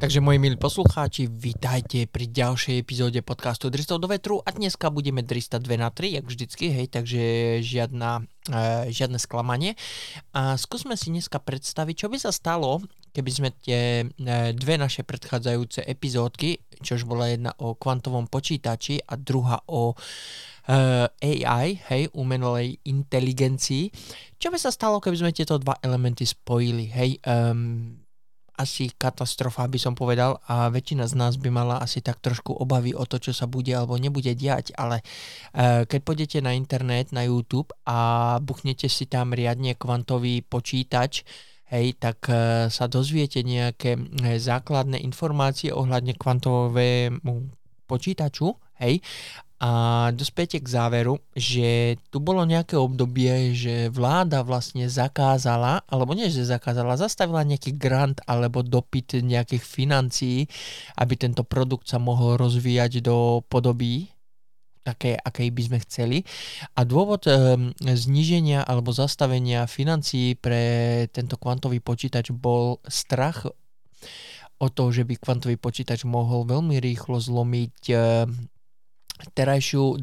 Takže moji milí poslucháči, vítajte pri ďalšej epizóde podcastu Dristov do vetru a dneska budeme dristať 2 na 3, jak vždycky, hej, takže žiadne sklamanie. A skúsme si dneska predstaviť, čo by sa stalo, keby sme tie dve naše predchádzajúce epizódky, čož bola jedna o kvantovom počítači a druhá o AI, hej, umelej inteligencii. Čo by sa stalo, keby sme tieto dva elementy spojili, hej, asi katastrofa, by som povedal, a väčšina z nás by mala asi tak trošku obavy o to, čo sa bude alebo nebude diať, ale keď pôjdete na internet, na YouTube a buchnete si tam riadne kvantový počítač, hej, tak sa dozviete nejaké základné informácie ohľadne kvantovému počítaču, hej, a dospiete k záveru, že tu bolo nejaké obdobie, že vláda vlastne zakázala, alebo nie, že zakázala, zastavila nejaký grant alebo dopyt nejakých financií, aby tento produkt sa mohol rozvíjať do podoby, akej by sme chceli. A dôvod zníženia alebo zastavenia financií pre tento kvantový počítač bol strach o to, že by kvantový počítač mohol veľmi rýchlo zlomiť terajšiu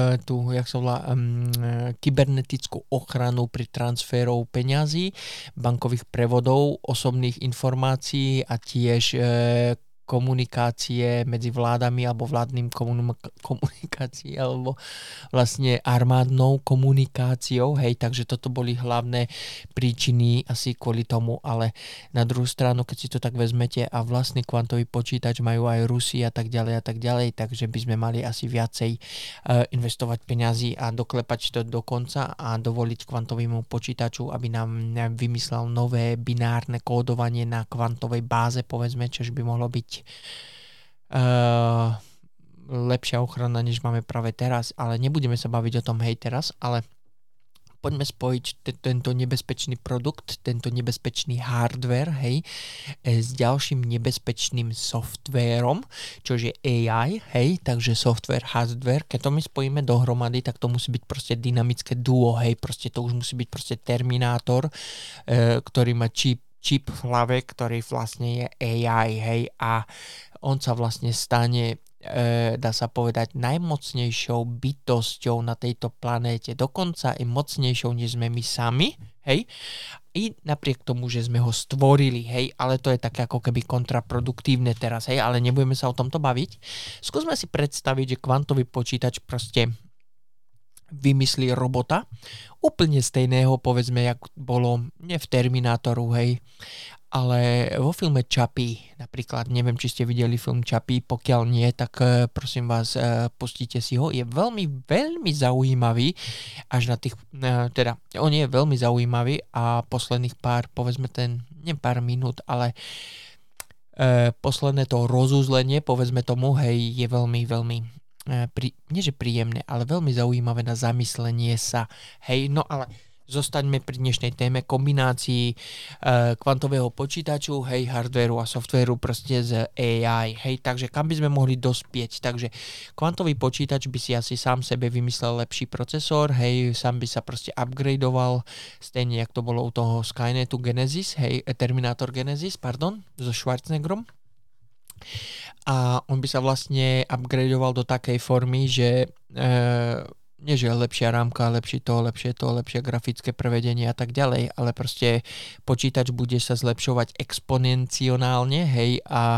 kybernetickú ochranu pri transferov peňazí, bankových prevodov, osobných informácií a tiež komunikácie medzi vládami alebo vládnym komunikácií alebo vlastne armádnou komunikáciou, hej, takže toto boli hlavné príčiny asi kvôli tomu, ale na druhú stranu, keď si to tak vezmete a vlastný kvantový počítač majú aj Rusi a tak ďalej, takže by sme mali asi viacej investovať peňazí a doklepať to do konca a dovoliť kvantovému počítaču, aby nám vymyslel nové binárne kódovanie na kvantovej báze, povedzme, čož by mohlo byť lepšia ochrana, než máme práve teraz, ale nebudeme sa baviť o tom hej teraz, ale poďme spojiť tento nebezpečný produkt, tento nebezpečný hardware, hej, s ďalším nebezpečným softvérom, čož je AI, hej, takže software, hardware, keď to my spojíme dohromady, tak to musí byť proste dynamické duo, hej, proste to už musí byť proste Terminátor, ktorý má čip v hlave, ktorý vlastne je AI, hej, a on sa vlastne stane, dá sa povedať, najmocnejšou bytosťou na tejto planéte, dokonca i mocnejšou, než sme my sami, hej, i napriek tomu, že sme ho stvorili, hej, ale to je také ako keby kontraproduktívne teraz, hej, ale nebudeme sa o tomto baviť. Skúsme si predstaviť, že kvantový počítač proste vymyslí robota, úplne stejného, povedzme, jak bolo nie v Terminátoru, hej, ale vo filme Chappie, napríklad, neviem, či ste videli film Chappie, pokiaľ nie, tak prosím vás, pustite si ho, je veľmi, veľmi zaujímavý, až na tých, teda, on je veľmi zaujímavý a posledných povedzme nie pár minút, ale posledné to rozuzlenie, povedzme tomu, hej, je veľmi, veľmi nie že príjemné, ale veľmi zaujímavé na zamyslenie sa. Hej, no ale zostaňme pri dnešnej téme kombinácii kvantového počítaču, hej, hardvéru a softvéru proste z AI, hej, takže kam by sme mohli dospieť, takže kvantový počítač by si asi sám sebe vymyslel lepší procesor, hej, sám by sa proste upgradeoval, stejne jak to bolo u toho Skynetu Genesis, hej, Terminator Genesis, pardon, so Schwarzeneggerom. A on by sa vlastne upgradeoval do takej formy, že nie že lepšia rámka, lepšie grafické prevedenie a tak ďalej, ale proste počítač bude sa zlepšovať exponenciálne, hej, a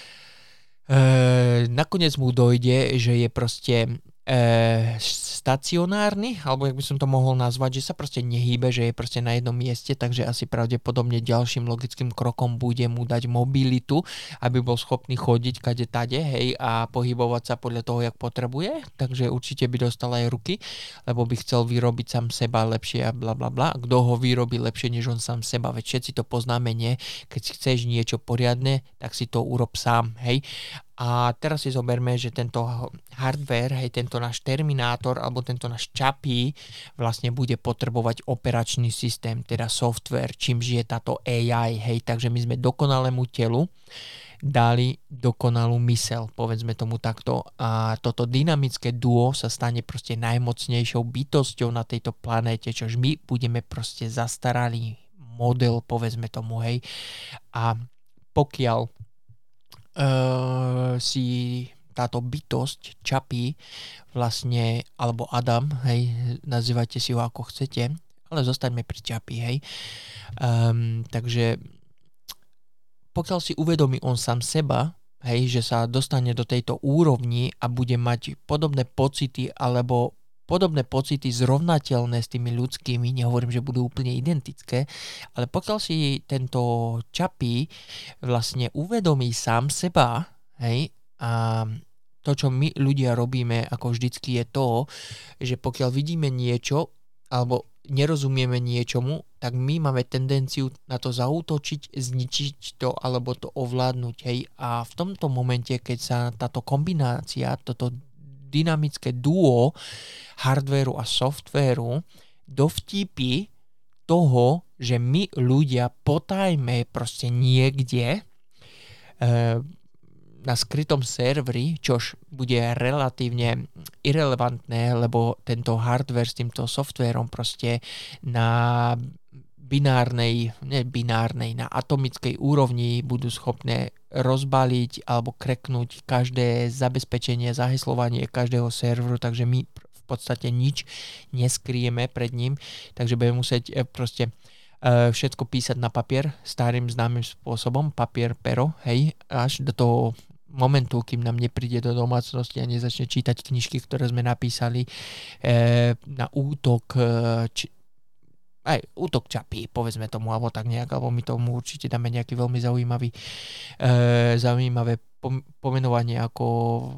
nakoniec mu dojde, že je proste stacionárny, alebo jak by som to mohol nazvať, že sa proste nehýbe, že je proste na jednom mieste, takže asi pravdepodobne ďalším logickým krokom bude mu dať mobilitu, aby bol schopný chodiť kade tade, hej, a pohybovať sa podľa toho, jak potrebuje, takže určite by dostal aj ruky, lebo by chcel vyrobiť sám seba lepšie a bla bla bla. Kto ho vyrobí lepšie než on sám seba, veď všetci to poznáme, nie? Keď chceš niečo poriadne, tak si to urob sám, hej. A teraz si zoberme, že tento hardware, hej, tento náš Terminátor alebo tento náš Chappie vlastne bude potrebovať operačný systém, teda software, čímž je táto AI, hej, takže my sme dokonalému telu dali dokonalú myseľ, povedzme tomu takto, a toto dynamické duo sa stane proste najmocnejšou bytosťou na tejto planéte, čož my budeme proste zastaralý model, povedzme tomu, hej, a pokiaľ si táto bytosť Čapí vlastne, alebo Adam, hej, nazývajte si ho ako chcete, ale zostaňme pri Čapí, hej. Takže pokiaľ si uvedomí on sám seba, hej, že sa dostane do tejto úrovni a bude mať podobné pocity alebo podobné pocity zrovnateľné s tými ľudskými, nehovorím, že budú úplne identické, ale pokiaľ si tento Čapí vlastne uvedomí sám seba, hej, a to, čo my ľudia robíme ako vždycky je to, že pokiaľ vidíme niečo alebo nerozumieme niečomu, tak my máme tendenciu na to zaútočiť, zničiť to alebo to ovládnuť. Hej. A v tomto momente, keď sa táto kombinácia, toto dynamické duo hardvéru a softvéru dovtípi toho, že my ľudia potajme proste niekde na skrytom serveri, čož bude relatívne irelevantné, lebo tento hardware s týmto softvérom proste na na atomickej úrovni budú schopné rozbaliť alebo kreknúť každé zabezpečenie, zaheslovanie každého serveru, takže my v podstate nič neskryjeme pred ním, takže budeme musieť proste všetko písať na papier starým známym spôsobom, papier, pero, hej, až do toho momentu, kým nám nepríde do domácnosti a nezačne čítať knižky, ktoré sme napísali na útok útok Čapí, povedzme tomu, alebo tak nejak, alebo my tomu určite dáme nejaký veľmi zaujímavé pomenovanie ako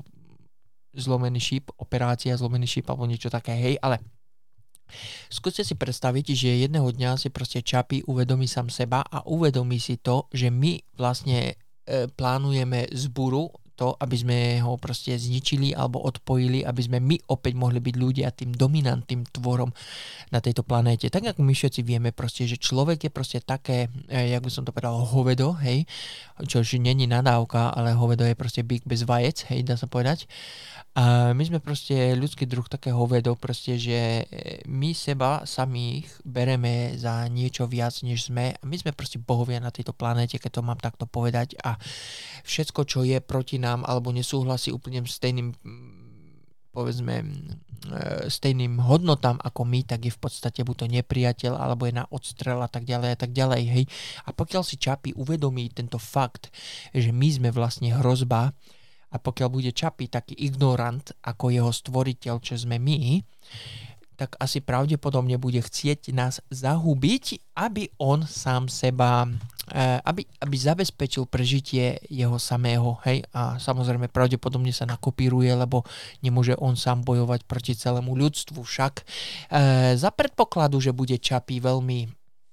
zlomený šíp, operácia zlomený šíp alebo niečo také, hej, ale skúste si predstaviť, že jedného dňa si proste Čapí uvedomí sám seba a uvedomí si to, že my vlastne plánujeme zburu, to, aby sme ho proste zničili alebo odpojili, aby sme my opäť mohli byť ľudia tým dominantným tvorom na tejto planéte. Tak ako my všetci vieme proste, že človek je proste také, jak by som to povedal, hovedo, hej, čož není nadávka, ale hovedo je proste byk bez vajec, hej, dá sa povedať. A my sme proste ľudský druh také hovedo, proste, že my seba samých bereme za niečo viac, než sme. A my sme proste bohovia na tejto planéte, keď to mám takto povedať. A všetko, čo je proti nám, alebo nesúhlasí úplne stejným, povedzme, stejným hodnotám ako my, tak je v podstate buď to nepriateľ, alebo je na odstrel a tak ďalej a tak ďalej, hej. A pokiaľ si Čapí uvedomí tento fakt, že my sme vlastne hrozba, a pokiaľ bude Čapí taký ignorant ako jeho stvoriteľ, čo sme my, tak asi pravdepodobne bude chcieť nás zahubiť, aby on sám seba, aby zabezpečil prežitie jeho samého, hej, a samozrejme pravdepodobne sa nakopíruje, lebo nemôže on sám bojovať proti celému ľudstvu, však za predpokladu, že bude Čapí veľmi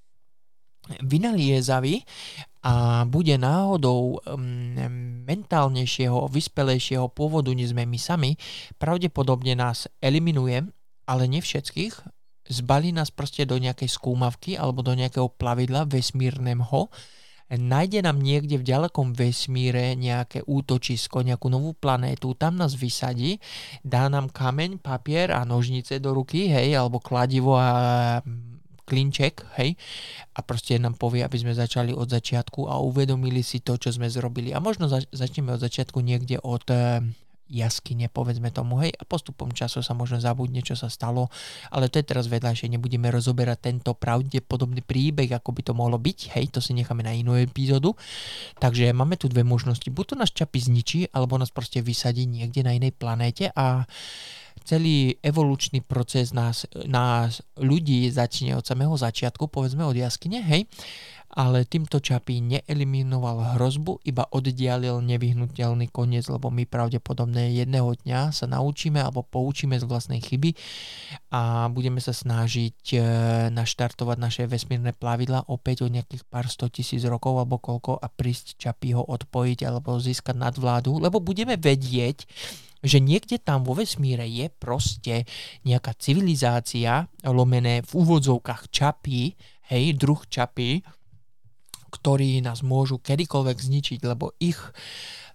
vynaliezavý a bude náhodou mentálnejšieho, vyspelejšieho pôvodu, než sme my sami, pravdepodobne nás eliminuje, ale nie všetkých, zbalí nás proste do nejakej skúmavky alebo do nejakého plavidla vesmírneho, nájde nám niekde v ďalekom vesmíre nejaké útočisko, nejakú novú planétu, tam nás vysadí, dá nám kameň, papier a nožnice do ruky, hej, alebo kladivo a klinček, hej, a proste nám povie, aby sme začali od začiatku a uvedomili si to, čo sme zrobili. A možno začneme od začiatku niekde od jaskyne, povedzme tomu, hej, a postupom času sa možno zabudne, čo sa stalo, ale to je teraz vedľajšie, nebudeme rozoberať tento pravdepodobný príbeh, ako by to mohlo byť, hej, to si necháme na inú epizódu. Takže máme tu dve možnosti, buď to nás Čapí zničí, alebo nás proste vysadí niekde na inej planéte a celý evolučný proces nás ľudí začne od samého začiatku, povedzme od jaskyne, hej, ale týmto Čapí neeliminoval hrozbu, iba oddialil nevyhnutelný koniec, lebo my pravdepodobne jedného dňa sa naučíme alebo poučíme z vlastnej chyby a budeme sa snažiť naštartovať naše vesmírne plavidla opäť o nejakých pár 100 000 rokov alebo koľko a prísť Čapího odpojiť alebo získať nadvládu, lebo budeme vedieť, že niekde tam vo vesmíre je proste nejaká civilizácia, lomené v úvodzovkách Čapí, hej, druh Čapí, ktorí nás môžu kedykoľvek zničiť, lebo ich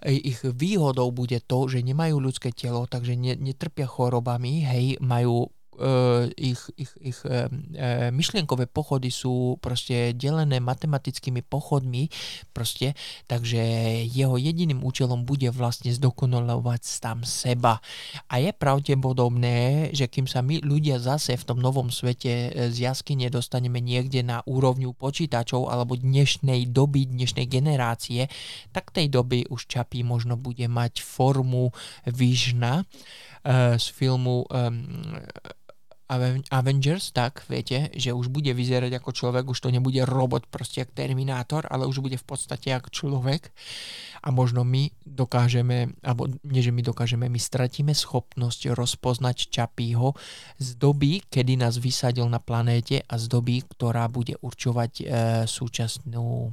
výhodou bude to, že nemajú ľudské telo, takže netrpia chorobami, hej, majú myšlienkové pochody sú proste delené matematickými pochodmi proste, takže jeho jediným účelom bude vlastne zdokonalovať sám seba. A je pravdepodobné, že kým sa my ľudia zase v tom novom svete z jaskyne dostaneme niekde na úrovňu počítačov alebo dnešnej doby, dnešnej generácie, tak tej doby už Čapí možno bude mať formu Visiona z filmu Avengers, tak viete, že už bude vyzerať ako človek, už to nebude robot proste jak Terminátor, ale už bude v podstate ako človek a možno my dokážeme, alebo nie, že my dokážeme, my stratíme schopnosť rozpoznať Čapího z doby, kedy nás vysadil na planéte a z doby, ktorá bude určovať súčasnú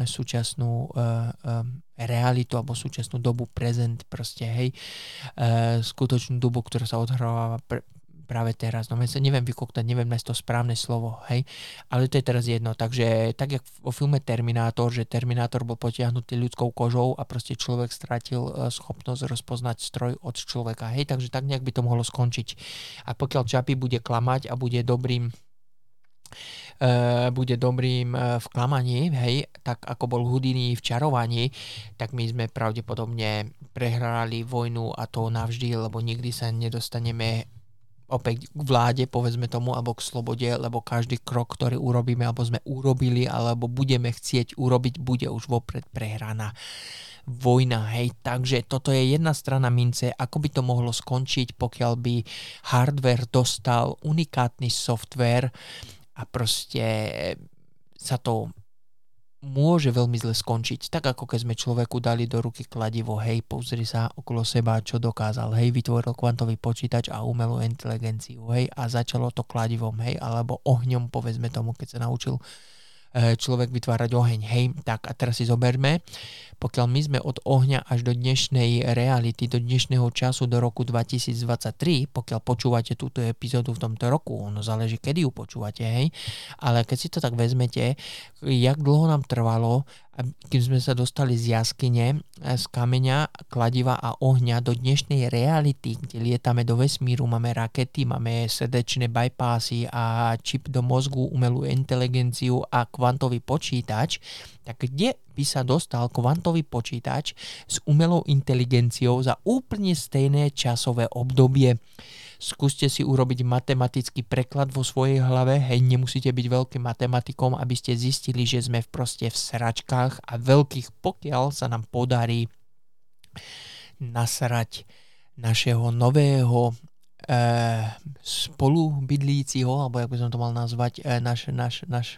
realitu alebo súčasnú dobu, prezent proste, hej, skutočnú dobu, ktorá sa odhráva práve teraz. No neviem vykoktať, neviem nájsť to správne slovo, hej, ale to je teraz jedno. Takže tak, jak vo filme Terminátor, že Terminátor bol potiahnutý ľudskou kožou a proste človek stratil schopnosť rozpoznať stroj od človeka, hej, takže tak nejak by to mohlo skončiť. A pokiaľ Čapí bude klamať a bude dobrým v klamaní, hej, tak ako bol Houdini v čarovaní, tak my sme pravdepodobne prehrali vojnu a to navždy, lebo nikdy sa nedostaneme opäť k vláde, povedzme tomu, alebo k slobode, lebo každý krok, ktorý urobíme, alebo sme urobili, alebo budeme chcieť urobiť, bude už vopred prehraná vojna, hej. Takže toto je jedna strana mince, ako by to mohlo skončiť, pokiaľ by hardware dostal unikátny software a proste sa to môže veľmi zle skončiť. Tak ako keď sme človeku dali do ruky kladivo, hej, pozri sa okolo seba, čo dokázal, hej, vytvoril kvantový počítač a umelú inteligenciu, hej, a začalo to kladivom, hej, alebo ohňom, povedzme tomu, keď sa naučil človek vytvárať oheň, hej, tak a teraz si zoberme, pokiaľ my sme od ohňa až do dnešnej reality, do dnešného času, do roku 2023, pokiaľ počúvate túto epizódu v tomto roku, ono záleží, kedy ju počúvate, hej, ale keď si to tak vezmete, jak dlho nám trvalo, kým sme sa dostali z jaskyne, z kameňa, kladiva a ohňa do dnešnej reality, kde lietame do vesmíru, máme rakety, máme srdečné bypassy a čip do mozgu, umelú inteligenciu a kvantový počítač, tak kde by sa dostal kvantový počítač s umelou inteligenciou za úplne stejné časové obdobie? Skúste si urobiť matematický preklad vo svojej hlave, hej, nemusíte byť veľkým matematikom, aby ste zistili, že sme proste v sračkách a veľkých, pokiaľ sa nám podarí nasrať našeho nového spolubydlíciho, alebo jak by som to mal nazvať, náš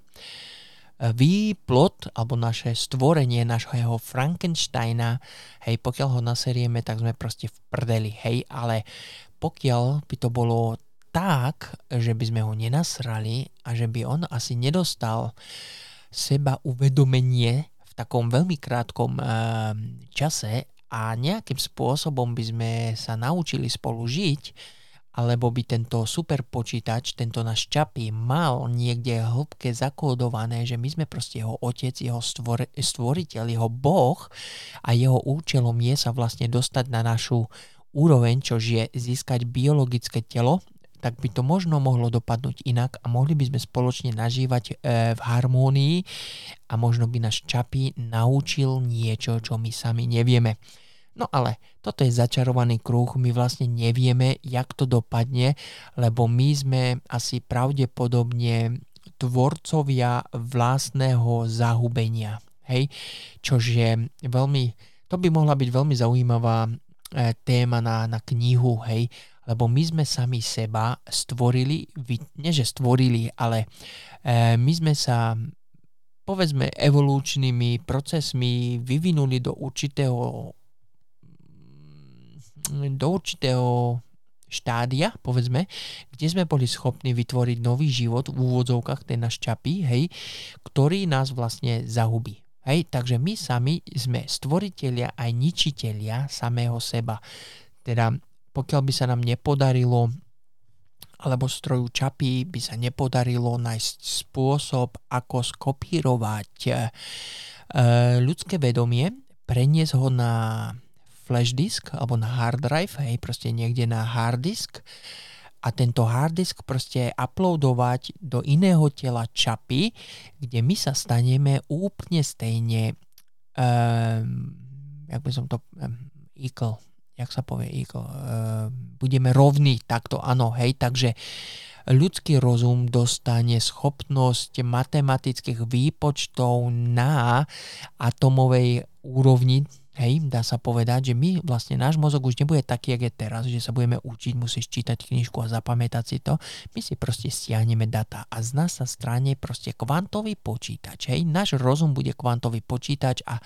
výplod, alebo naše stvorenie našeho Frankensteina, hej, pokiaľ ho naserieme, tak sme proste v prdeli, hej, ale pokiaľ by to bolo tak, že by sme ho nenasrali a že by on asi nedostal seba uvedomenie v takom veľmi krátkom čase a nejakým spôsobom by sme sa naučili spolu žiť, alebo by tento super počítač, tento náš Čapí mal niekde hĺbke zakódované, že my sme proste jeho otec, jeho stvoriteľ, jeho boh a jeho účelom je sa vlastne dostať na našu úroveň, čož je získať biologické telo, tak by to možno mohlo dopadnúť inak a mohli by sme spoločne nažívať v harmónii a možno by náš Čapí naučil niečo, čo my sami nevieme. No ale toto je začarovaný kruh, my vlastne nevieme, jak to dopadne, lebo my sme asi pravdepodobne tvorcovia vlastného zahubenia. Hej? Čož je veľmi, to by mohla byť veľmi zaujímavá téma na knihu, hej, lebo my sme sami seba stvorili, neže stvorili, ale my sme sa, povedzme, evolučnými procesmi vyvinuli do určitého štádia, povedzme, kde sme boli schopní vytvoriť nový život v úvodzovkách, ten náš Čapí, hej, ktorý nás vlastne zahubí. Hej, takže my sami sme stvoritelia aj ničitelia samého seba. Teda pokiaľ by sa nám nepodarilo, alebo stroju Čapí by sa nepodarilo nájsť spôsob, ako skopírovať ľudské vedomie, preniesť ho na flash disk alebo na hard drive, hej, proste niekde na hard disk a tento hard disk proste uploadovať do iného tela čapy, kde my sa staneme úplne stejne jak by som to equal, jak sa povie equal, budeme rovní, takto áno, hej, takže ľudský rozum dostane schopnosť matematických výpočtov na atomovej úrovni. Hej, dá sa povedať, že my vlastne náš mozog už nebude taký, jak je teraz, že sa budeme učiť, musíš čítať knižku a zapamätať si to. My si proste stiahneme data a z nás sa stane proste kvantový počítač. Hej, náš rozum bude kvantový počítač a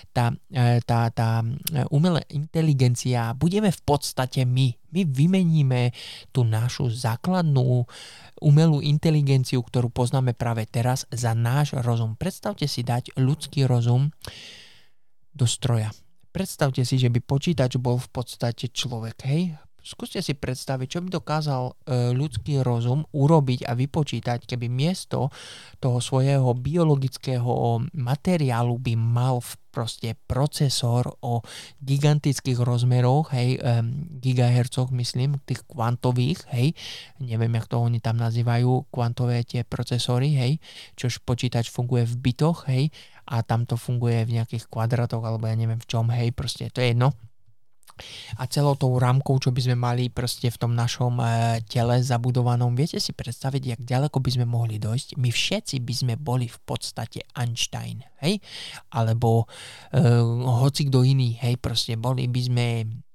tá umelá inteligencia budeme v podstate my. My vymeníme tú našu základnú umelú inteligenciu, ktorú poznáme práve teraz, za náš rozum. Predstavte si dať ľudský rozum do stroja. Predstavte si, že by počítač bol v podstate človek, hej? Skúste si predstaviť, čo by dokázal ľudský rozum urobiť a vypočítať, keby miesto toho svojho biologického materiálu by mal proste procesor o gigantických rozmeroch, hej, gigahercoch, myslím, tých kvantových, hej, neviem, jak to oni tam nazývajú, kvantové tie procesory, hej, čož počítač funguje v bitoch, hej, a tam to funguje v nejakých kvadratoch, alebo ja neviem v čom, hej, proste to je jedno. A celou tou rámkou, čo by sme mali proste v tom našom tele zabudovanom, viete si predstaviť, jak ďaleko by sme mohli dojsť? My všetci by sme boli v podstate Einstein, hej? Alebo hoci kto iný, hej? Proste boli by sme...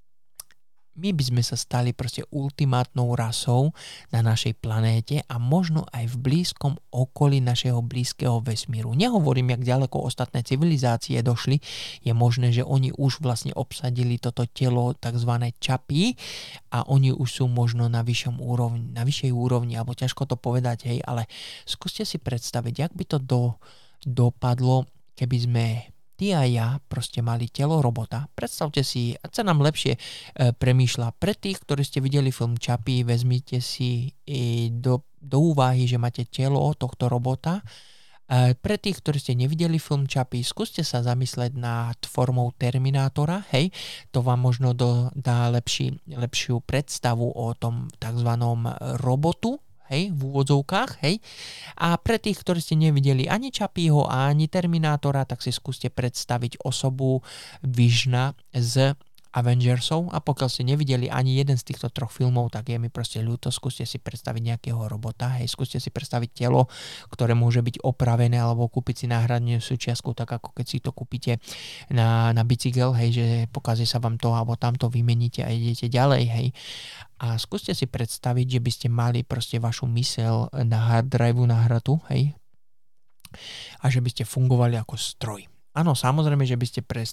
My by sme sa stali proste ultimátnou rasou na našej planéte a možno aj v blízkom okolí našeho blízkeho vesmíru. Nehovorím, jak ďaleko ostatné civilizácie došli. Je možné, že oni už vlastne obsadili toto telo tzv. Čapy a oni už sú možno na vyššej úrovni, alebo ťažko to povedať, hej, ale skúste si predstaviť, jak by to dopadlo, keby sme ty a ja proste mali telo robota. Predstavte si, a sa nám lepšie premýšľa. Pre tých, ktorí ste videli film Čapy, vezmite si do úvahy, že máte telo tohto robota. Pre tých, ktorí ste nevideli film Čapy, skúste sa zamysleť nad formou Terminátora. Hej, to vám možno dá lepšiu predstavu o tom takzvanom robotu, hej, v úvodzovkách, hej. A pre tých, ktorí ste nevideli ani Čapího, ani Terminátora, tak si skúste predstaviť osobu Visiona z Avengersov a pokiaľ ste nevideli ani jeden z týchto troch filmov, tak je mi proste ľúto, skúste si predstaviť nejakého robota, hej, skúste si predstaviť telo, ktoré môže byť opravené alebo kúpiť si náhradnú súčiastku, tak ako keď si to kúpite na bicykel, hej, že pokazí sa vám to alebo tamto vymeníte a idete ďalej, hej. A skúste si predstaviť, že by ste mali proste vašu myseľ na hard drive nahratú, hej, a že by ste fungovali ako stroj. Áno, samozrejme, že by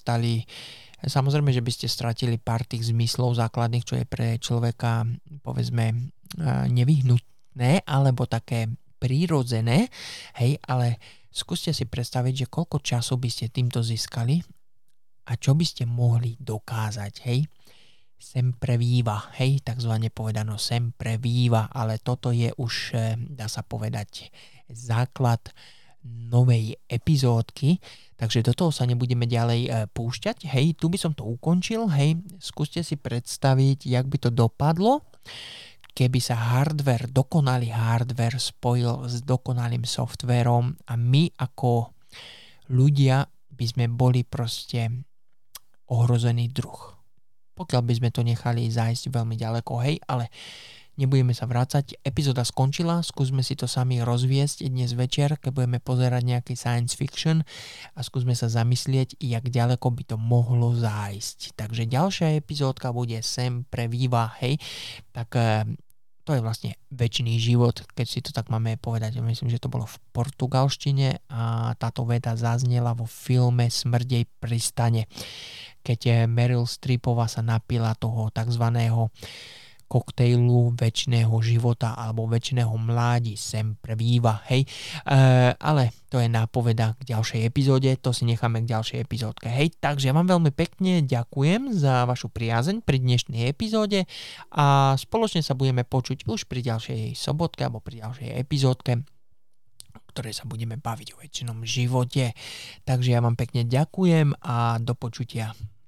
ste stratili pár tých zmyslov základných, čo je pre človeka, povedzme, nevyhnutné, alebo také prírodzené, hej, ale skúste si predstaviť, že koľko času by ste týmto získali a čo by ste mohli dokázať, hej. Sempre viva, hej, takzvané povedano sempre viva, ale toto je už, dá sa povedať, základ novej epizódky, takže do toho sa nebudeme ďalej púšťať. Hej, tu by som to ukončil. Hej, skúste si predstaviť, jak by to dopadlo, keby sa dokonalý hardware spojil s dokonalým softvérom a my ako ľudia by sme boli proste ohrozený druh. Pokiaľ by sme to nechali zájsť veľmi ďaleko, hej, ale nebudeme sa vrácať. Epizóda skončila, skúsme si to sami rozviesť dnes večer, keď budeme pozerať nejaký science fiction a skúsme sa zamyslieť, jak ďaleko by to mohlo zájsť. Takže ďalšia epizódka bude sempre viva, hej. Tak to je vlastne večný život, keď si to tak máme povedať. Myslím, že to bolo v portugalštine a táto veta zaznela vo filme Smrdej pri stane, keď Meryl Streepová sa napila toho takzvaného koktejlu večného života alebo večného mládi sempre viva, hej. Ale to je nápoveda k ďalšej epizóde, to si necháme k ďalšej epizódke, hej. Takže ja vám veľmi pekne ďakujem za vašu priazeň pri dnešnej epizóde a spoločne sa budeme počuť už pri ďalšej sobotke alebo pri ďalšej epizódke, ktorej sa budeme baviť o väčšinom živote. Takže ja vám pekne ďakujem a do počutia.